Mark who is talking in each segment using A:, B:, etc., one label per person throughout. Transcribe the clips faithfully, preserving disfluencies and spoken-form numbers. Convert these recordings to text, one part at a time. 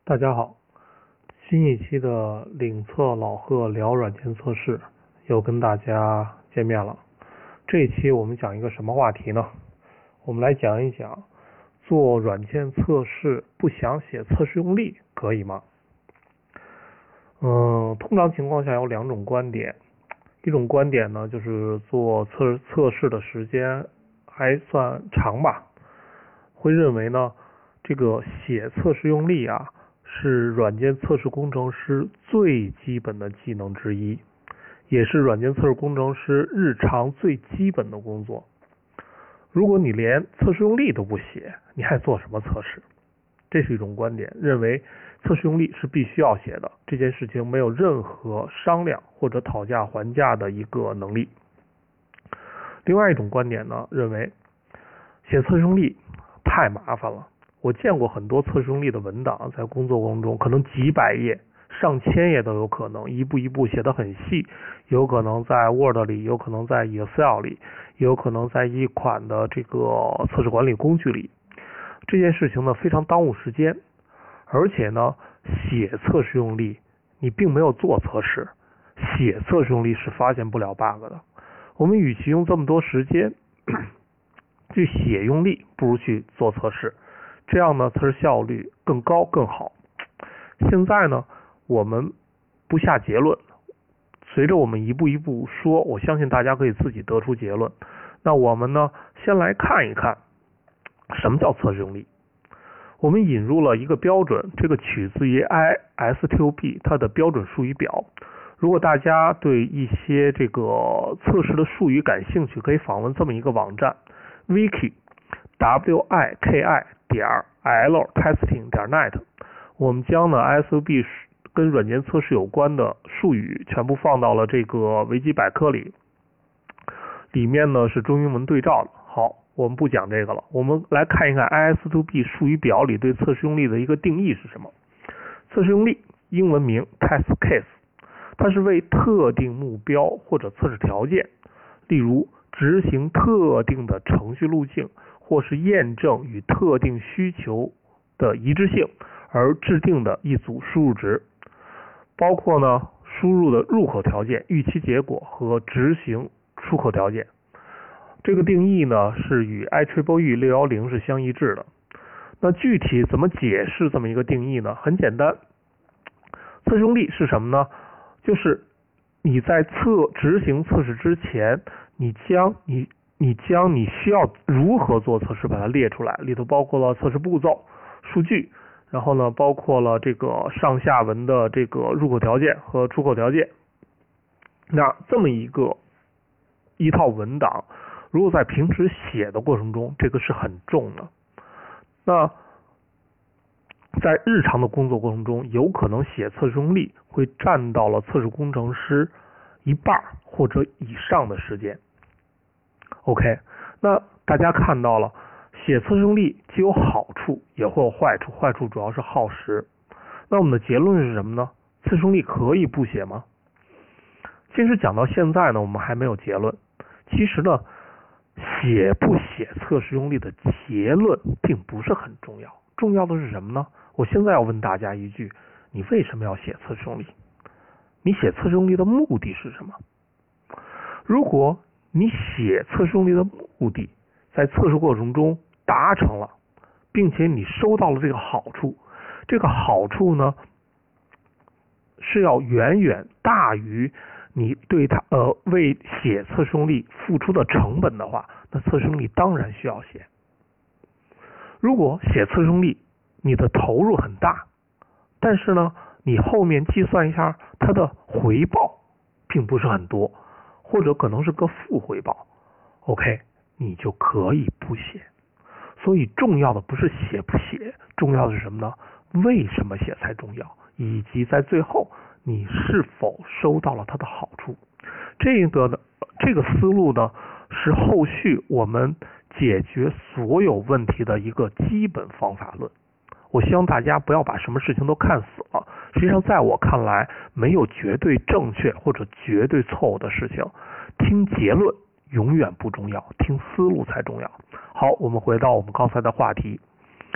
A: 大家好，新一期的领测老贺聊软件测试又跟大家见面了。这一期我们讲一个什么话题呢？我们来讲一讲做软件测试不想写测试用例可以吗？嗯，通常情况下有两种观点，一种观点呢就是做测测试的时间还算长吧，会认为呢这个写测试用例啊是软件测试工程师最基本的技能之一，也是软件测试工程师日常最基本的工作。如果你连测试用例都不写，你还做什么测试？这是一种观点，认为测试用例是必须要写的，这件事情没有任何商量或者讨价还价的一个能力。另外一种观点呢，认为写测试用例太麻烦了。我见过很多测试用例的文档，在工作过程中可能几百页、上千页都有可能，一步一步写得很细，有可能在 Word 里，有可能在 Excel 里，有可能在一款的这个测试管理工具里。这件事情呢非常耽误时间，而且呢写测试用例你并没有做测试，写测试用例是发现不了 bug 的。我们与其用这么多时间去写用例，不如去做测试，这样呢测试效率更高更好。现在呢我们不下结论，随着我们一步一步说，我相信大家可以自己得出结论。那我们呢先来看一看什么叫测试用例。我们引入了一个标准，这个取自于 I S T O P 它的标准术语表。如果大家对一些这个测试的术语感兴趣，可以访问这么一个网站 wiki w i k i 点 l testing 点 net。 我们将呢 I S O P 跟软件测试有关的术语全部放到了这个维基百科里，里面呢是中英文对照的。好，我们不讲这个了，我们来看一看 I S T O P 术语表里对测试用例的一个定义是什么。测试用例英文名 test case， 它是为特定目标或者测试条件，例如执行特定的程序路径，或是验证与特定需求的一致性而制定的一组输入值，包括呢输入的入口条件、预期结果和执行出口条件。这个定义呢是与 I E E E 六一零是相一致的。那具体怎么解释这么一个定义呢？很简单，测试用例是什么呢？就是你在测执行测试之前，你将你你将你需要如何做测试把它列出来，里头包括了测试步骤、数据，然后呢包括了这个上下文的这个入口条件和出口条件。那这么一个一套文档，如果在平时写的过程中，这个是很重的。那在日常的工作过程中，有可能写测试用例会占到了测试工程师一半或者以上的时间。OK， 那大家看到了，写测试用例既有好处也会有坏处，坏处主要是耗时。那我们的结论是什么呢？测试用例可以不写吗？其实讲到现在呢，我们还没有结论。其实呢，写不写测试用例的结论并不是很重要，重要的是什么呢？我现在要问大家一句，你为什么要写测试用例？你写测试用例的目的是什么？如果你写测试用例的目的在测试过程中达成了，并且你收到了这个好处，这个好处呢是要远远大于你对它呃为写测试用例付出的成本的话，那测试用例当然需要写。如果写测试用例你的投入很大，但是呢你后面计算一下它的回报并不是很多，或者可能是个负回报， OK， 你就可以不写。所以重要的不是写不写，重要的是什么呢？为什么写才重要，以及在最后你是否收到了它的好处。这个呢，这个思路呢是后续我们解决所有问题的一个基本方法论。我希望大家不要把什么事情都看死了。实际上在我看来，没有绝对正确或者绝对错误的事情，听结论永远不重要，听思路才重要。好，我们回到我们刚才的话题。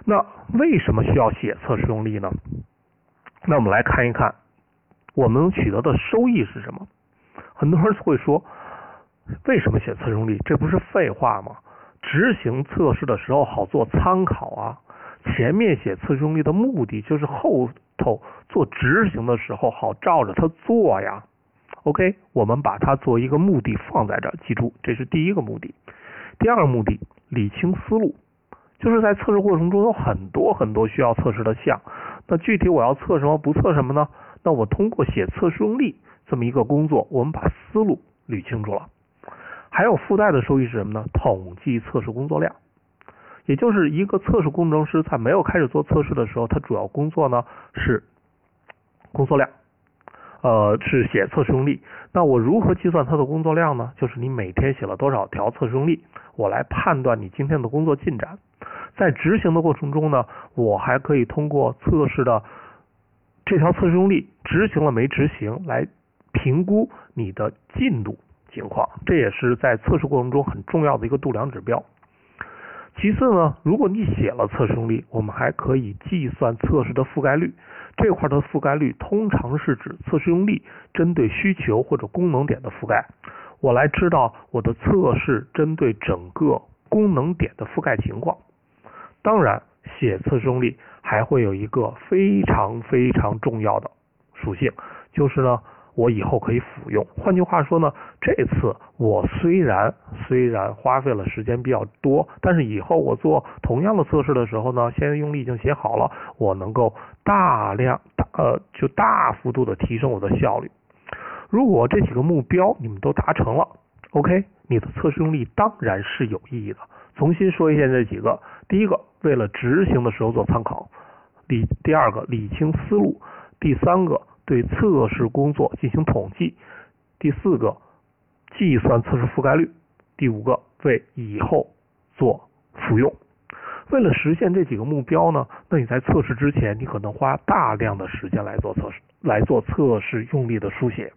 A: 那为什么需要写测试用例呢？那我们来看一看我们取得的收益是什么。很多人会说，为什么写测试用例？这不是废话吗？执行测试的时候好做参考啊。前面写测试用例的目的就是后头做执行的时候好照着它做呀。OK， 我们把它做一个目的放在这儿，记住，这是第一个目的。第二个目的，理清思路，就是在测试过程中有很多很多需要测试的项，那具体我要测什么不测什么呢？那我通过写测试用例这么一个工作，我们把思路捋清楚了。还有附带的收益是什么呢？统计测试工作量，也就是一个测试工程师在没有开始做测试的时候，他主要工作呢是工作量，呃，是写测试用例。那我如何计算他的工作量呢？就是你每天写了多少条测试用例，我来判断你今天的工作进展。在执行的过程中呢，我还可以通过测试的这条测试用例执行了没执行，来评估你的进度情况，这也是在测试过程中很重要的一个度量指标。其次呢，如果你写了测试用例，我们还可以计算测试的覆盖率。这块的覆盖率通常是指测试用例针对需求或者功能点的覆盖。我来知道我的测试针对整个功能点的覆盖情况。当然，写测试用例还会有一个非常非常重要的属性，就是呢，我以后可以复用。换句话说呢，这次我虽然虽然花费了时间比较多，但是以后我做同样的测试的时候呢，现在用例已经写好了，我能够大量呃就大幅度的提升我的效率。如果这几个目标你们都达成了 ，OK， 你的测试用例当然是有意义的。重新说一下这几个：第一个，为了执行的时候做参考；理第二个，理清思路；第三个，对测试工作进行统计；第四个，计算测试覆盖率；第五个，为以后做复用。为了实现这几个目标呢，那你在测试之前，你可能花大量的时间来做测试，来做测试用例的书写。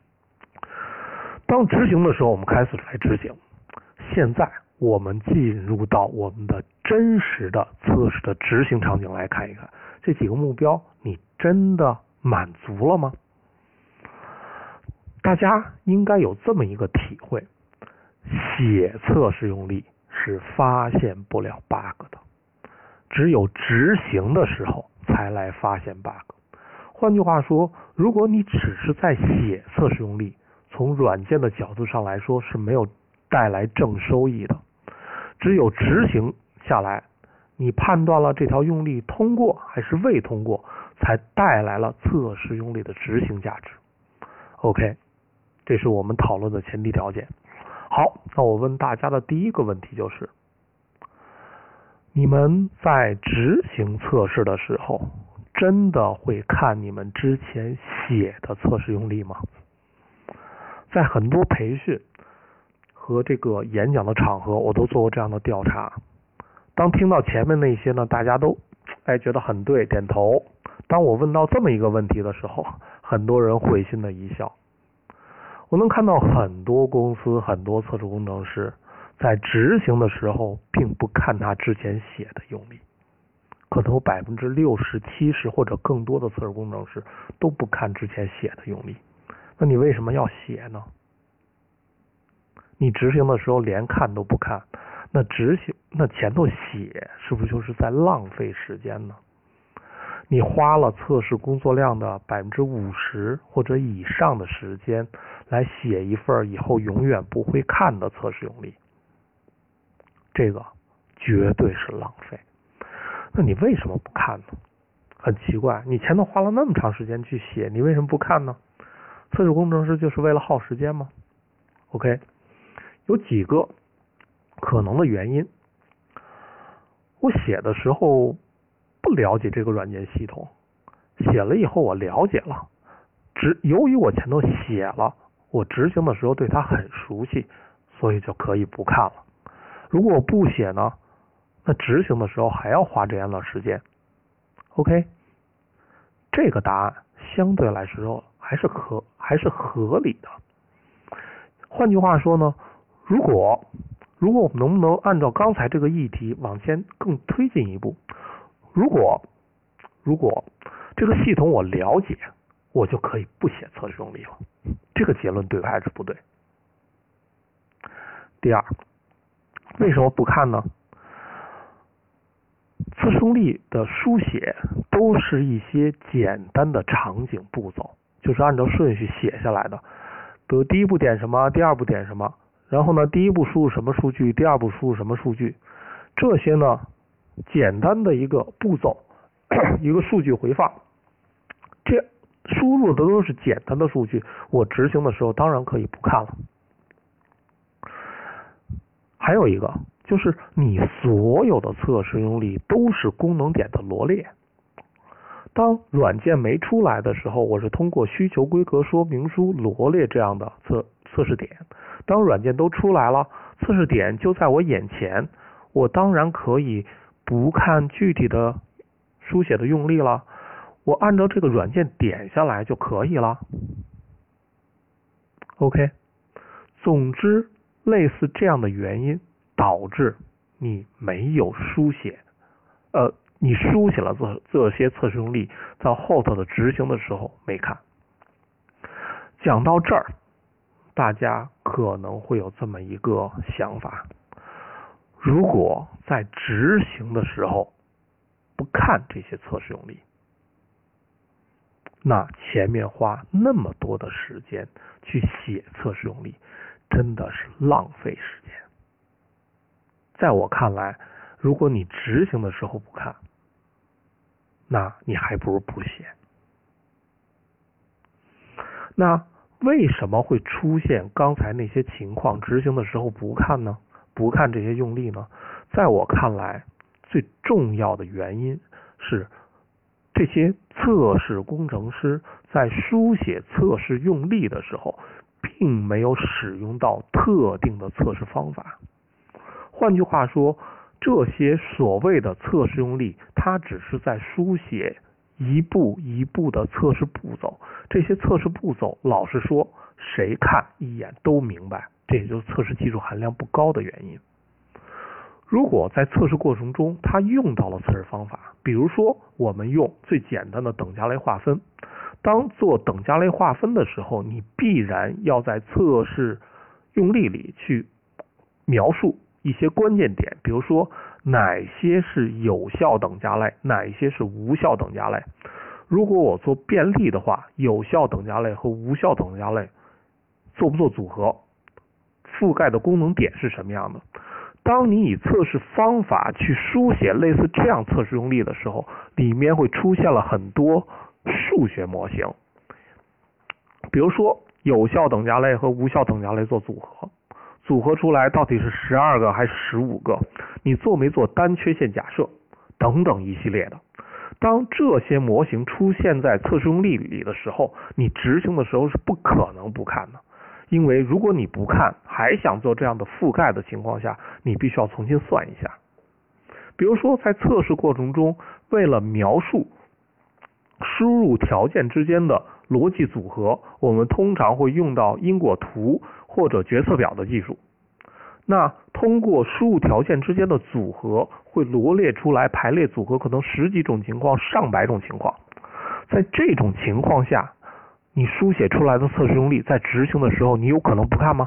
A: 当执行的时候，我们开始来执行。现在我们进入到我们的真实的测试的执行场景来看一看，这几个目标你真的满足了吗？大家应该有这么一个体会，写测试用例是发现不了 bug 的，只有执行的时候才来发现 bug。换句话说，如果你只是在写测试用例，从软件的角度上来说是没有带来正收益的。只有执行下来，你判断了这条用例通过还是未通过，才带来了测试用例的执行价值。OK， 这是我们讨论的前提条件。好，那我问大家的第一个问题就是，你们在执行测试的时候，真的会看你们之前写的测试用例吗？在很多培训和这个演讲的场合，我都做过这样的调查。当听到前面那些呢，大家都哎觉得很对，点头。当我问到这么一个问题的时候，很多人会心的一笑。我能看到很多公司、很多测试工程师在执行的时候，并不看他之前写的用例，可能有百分之六十、七十或者更多的测试工程师都不看之前写的用例。那你为什么要写呢？你执行的时候连看都不看，那执行那前头写是不是就是在浪费时间呢？你花了测试工作量的百分之五十或者以上的时间来写一份以后永远不会看的测试用例，这个绝对是浪费。那你为什么不看呢？很奇怪，你前头花了那么长时间去写，你为什么不看呢？测试工程师就是为了耗时间吗？ OK， 有几个可能的原因。我写的时候不了解这个软件系统，写了以后我了解了，只由于我前头写了，我执行的时候对它很熟悉，所以就可以不看了。如果我不写呢，那执行的时候还要花这样的时间。 OK， 这个答案相对来说还是合还是合理的。换句话说呢，如果如果我们能不能按照刚才这个议题往前更推进一步， 如果如果这个系统我了解，我就可以不写测试用例了。这个结论对还是不对？第二，为什么不看呢？测试用例的书写都是一些简单的场景步骤，就是按照顺序写下来的。比如第一步点什么，第二步点什么，然后呢，第一步输入什么数据，第二步输入什么数据，这些呢，简单的一个步骤，一个数据回放，这输入的都是简单的数据，我执行的时候当然可以不看了。还有一个就是你所有的测试用例都是功能点的罗列。当软件没出来的时候，我是通过需求规格说明书罗列这样的测测试点。当软件都出来了，测试点就在我眼前，我当然可以不看具体的书写的用例了，我按照这个软件点下来就可以了。OK， 总之类似这样的原因导致你没有书写，呃，你书写了这这些测试用例，到后头的执行的时候没看。讲到这儿，大家可能会有这么一个想法：如果在执行的时候不看这些测试用例，那前面花那么多的时间去写测试用例，真的是浪费时间。在我看来，如果你执行的时候不看，那你还不如不写。那为什么会出现刚才那些情况，执行的时候不看呢？不看这些用例呢？在我看来，最重要的原因是这些测试工程师在书写测试用例的时候，并没有使用到特定的测试方法。换句话说，这些所谓的测试用例，它只是在书写一步一步的测试步骤。这些测试步骤，老实说，谁看一眼都明白，这也就是测试技术含量不高的原因。如果在测试过程中，它用到了测试方法，比如说我们用最简单的等价类划分，当做等价类划分的时候，你必然要在测试用例里去描述一些关键点，比如说哪些是有效等价类，哪些是无效等价类。如果我做便利的话，有效等价类和无效等价类做不做组合，覆盖的功能点是什么样的。当你以测试方法去书写类似这样测试用例的时候，里面会出现了很多数学模型，比如说有效等价类和无效等价类做组合，组合出来到底是十二个还是十五个，你做没做单缺陷假设等等一系列的。当这些模型出现在测试用例里的时候，你执行的时候是不可能不看的，因为如果你不看还想做这样的覆盖的情况下，你必须要重新算一下。比如说在测试过程中，为了描述输入条件之间的逻辑组合，我们通常会用到因果图或者决策表的技术。那通过输入条件之间的组合，会罗列出来排列组合可能十几种情况、上百种情况。在这种情况下，你书写出来的测试用例在执行的时候，你有可能不看吗？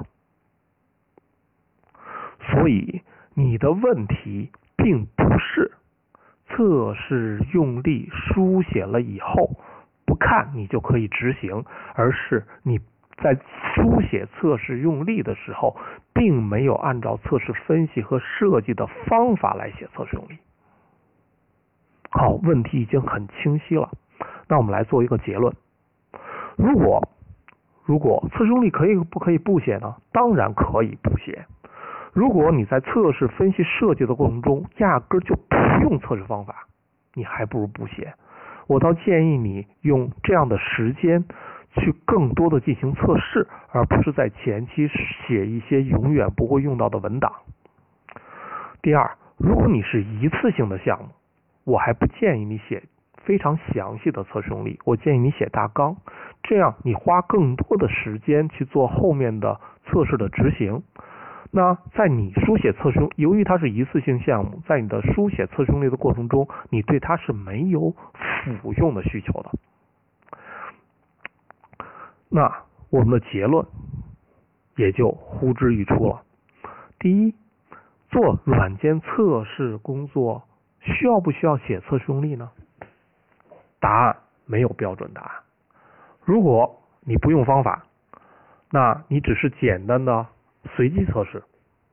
A: 所以你的问题并不是测试用例书写了以后不看你就可以执行，而是你在书写测试用例的时候，并没有按照测试分析和设计的方法来写测试用例。好，问题已经很清晰了。那我们来做一个结论。如果如果测试用例可以不可以不写呢？当然可以不写。如果你在测试分析设计的过程中压根就不用测试方法，你还不如不写。我倒建议你用这样的时间去更多的进行测试，而不是在前期写一些永远不会用到的文档。第二，如果你是一次性的项目，我还不建议你写非常详细的测试用例，我建议你写大纲，这样你花更多的时间去做后面的测试的执行。 那在你书写测试用，由于它是一次性项目，在你的书写测试用力的过程中，你对它是没有辅用的需求的。那我们的结论也就呼之欲出了。第一，做软件测试工作需要不需要写测试用力呢？答案没有标准答案。如果你不用方法，那你只是简单的随机测试，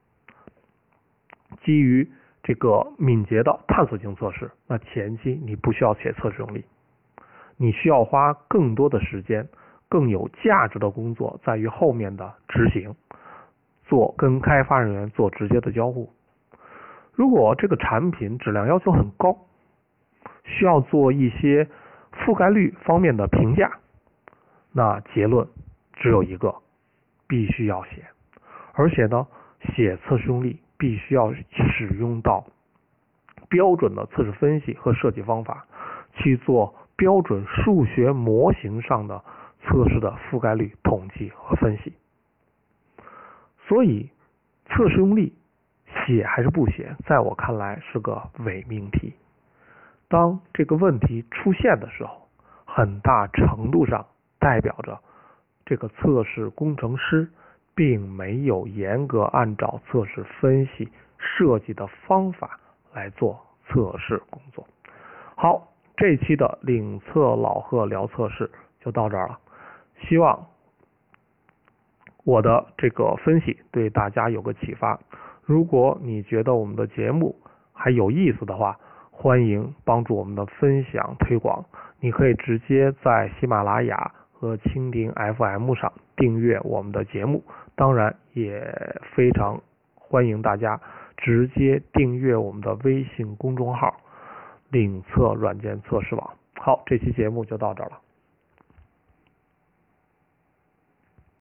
A: 基于这个敏捷的探索性测试，那前期你不需要写测试用力，你需要花更多的时间，更有价值的工作在于后面的执行，做跟开发人员做直接的交互。如果这个产品质量要求很高，需要做一些覆盖率方面的评价，那结论只有一个，必须要写。而且呢，写测试用力必须要使用到标准的测试分析和设计方法，去做标准数学模型上的测试的覆盖率统计和分析。所以测试用力写还是不写，在我看来是个伪命题。当这个问题出现的时候，很大程度上代表着这个测试工程师并没有严格按照测试分析设计的方法来做测试工作。好，这一期的领测老贺聊测试就到这儿了，希望我的这个分析对大家有个启发。如果你觉得我们的节目还有意思的话，欢迎帮助我们的分享推广。你可以直接在喜马拉雅和蜻蜓 F M 上订阅我们的节目，当然也非常欢迎大家直接订阅我们的微信公众号领测软件测试网。好，这期节目就到这儿了。